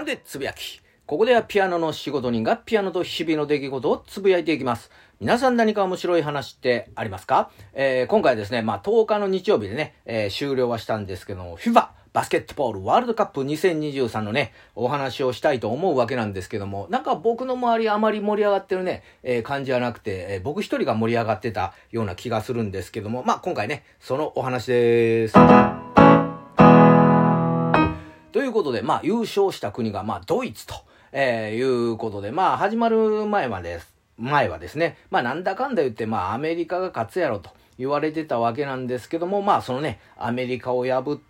でつぶやき。ここではピアノの仕事人がピアノと日々の出来事をつぶやいていきます。皆さん何か面白い話ってありますか？今回ですね、10日の日曜日でね、終了はしたんですけども、FIFAバスケットボールワールドカップ2023のね、お話をしたいと思うわけなんですけども、なんか僕の周りあまり盛り上がってるね、感じはなくて、僕一人が盛り上がってたような気がするんですけども、今回ね、そのお話です。ということで、優勝した国が、ドイツと、いうことで、始まる前はですね、なんだかんだ言って、アメリカが勝つやろと言われてたわけなんですけども、そのね、アメリカを破って、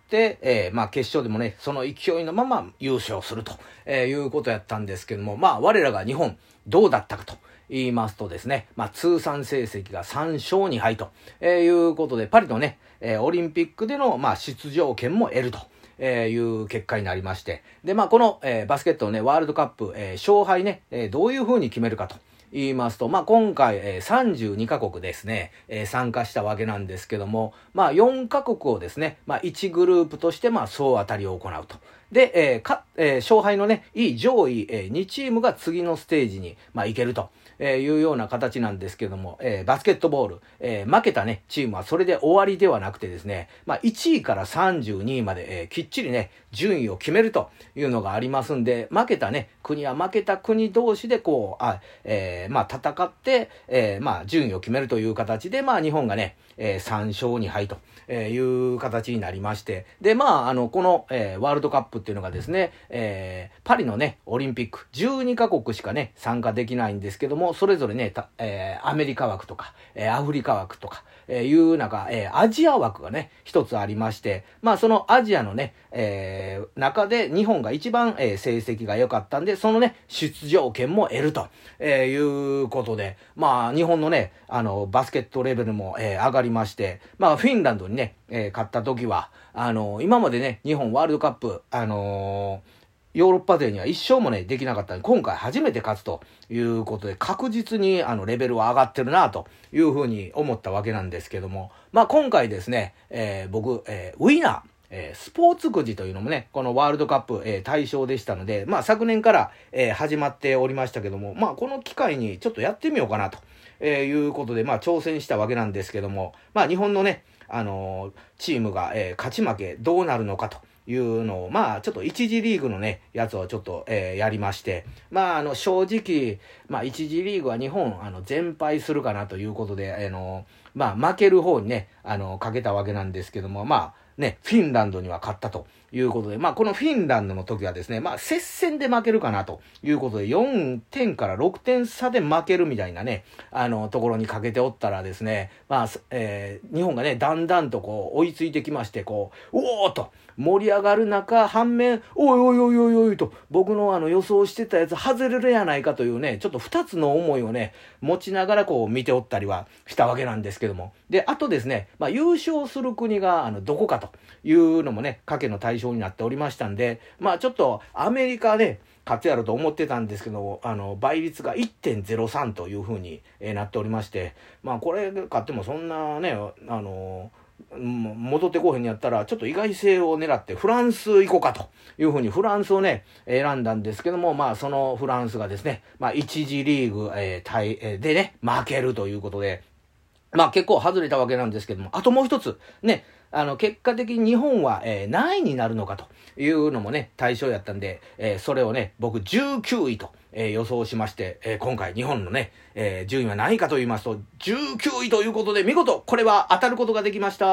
決勝でもね、その勢いのまま優勝すると、いうことやったんですけども、我らが日本、どうだったかと言いますとですね、通算成績が3勝2敗と、いうことで、パリのね、オリンピックでの、出場権も得ると。いう結果になりまして。で、この、バスケットのね、ワールドカップ、勝敗ね、どういう風に決めるかと言いますと、今回、32カ国ですね、参加したわけなんですけども、4カ国をですね、1グループとして、総当たりを行うと。で、勝敗のね、いい上位、2チームが次のステージに、行けると。いうような形なんですけども、バスケットボール、負けたね、チームはそれで終わりではなくてですね、1位から32位まで、きっちりね、順位を決めるというのがありますんで、負けたね、国は負けた国同士でこう、戦って、順位を決めるという形で、日本がね、3勝2敗という形になりまして、で、この、ワールドカップっていうのがですね、パリのね、オリンピック、12カ国しかね、参加できないんですけども、それぞれね、アメリカ枠とか、アフリカ枠とか、いう中、アジア枠がね、一つありまして、そのアジアのね、中で日本が一番、成績が良かったんで、そのね、出場権も得ると、いうことで、日本のね、バスケットレベルも、上がりまして、フィンランドにね、勝った時は、今までね、日本ワールドカップ、ヨーロッパ勢には一勝もね、できなかったので、今回初めて勝つということで、確実にレベルは上がってるなというふうに思ったわけなんですけども、今回ですね、僕、ウィナー、スポーツくじというのもね、このワールドカップ、対象でしたので、昨年から、始まっておりましたけども、この機会にちょっとやってみようかなと、いうことで、挑戦したわけなんですけども、日本のね、チームが、勝ち負けどうなるのかというのを、ちょっと一次リーグのね、やつをちょっと、やりまして、正直、一次リーグは日本、全敗するかなということで、負ける方にね、かけたわけなんですけども、フィンランドには勝ったということで、このフィンランドの時はですね、接戦で負けるかなということで、4点から6点差で負けるみたいなね、ところにかけておったらですね、日本がね、だんだんとこう、追いついてきまして、こう、おーと盛り上がる中、反面、おいおいおいおいおいと、僕の予想してたやつ外れるやないかというね、ちょっと二つの思いをね、持ちながらこう見ておったりはしたわけなんですけども。で、あとですね、優勝する国がどこかというのもね、賭けの対象になっておりましたんで、ちょっとアメリカで勝つやろと思ってたんですけど、倍率が 1.03 という風になっておりまして、これ勝ってもそんなね、戻ってこうへんやったら、ちょっと意外性を狙ってフランス行こうかというふうにフランスをね、選んだんですけども、そのフランスがですね、一次リーグ、でね、負けるということで、結構外れたわけなんですけども、あともう一つ、ね、結果的に日本は、何位になるのかというのもね、対象やったんで、それをね、僕19位と、予想しまして、今回日本のね、順位は何位かと言いますと、19位ということで、見事、これは当たることができました。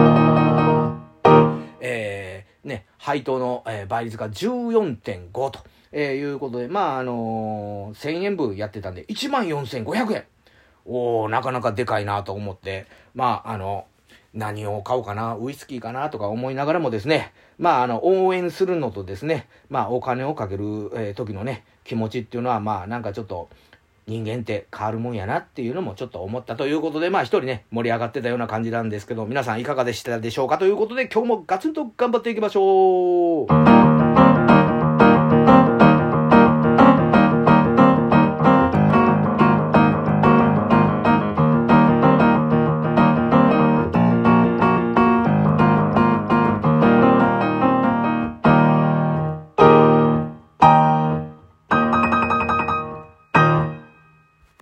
配当の、倍率が 14.5 と、いうことで、1000円分やってたんで、14,500円。なかなかでかいなと思って、何を買おうかな、ウイスキーかなとか思いながらもですね、応援するのとですね、お金をかける、時のね、気持ちっていうのは、なんかちょっと、人間って変わるもんやなっていうのもちょっと思ったということで、一人ね、盛り上がってたような感じなんですけど、皆さんいかがでしたでしょうかということで、今日もガツンと頑張っていきましょう。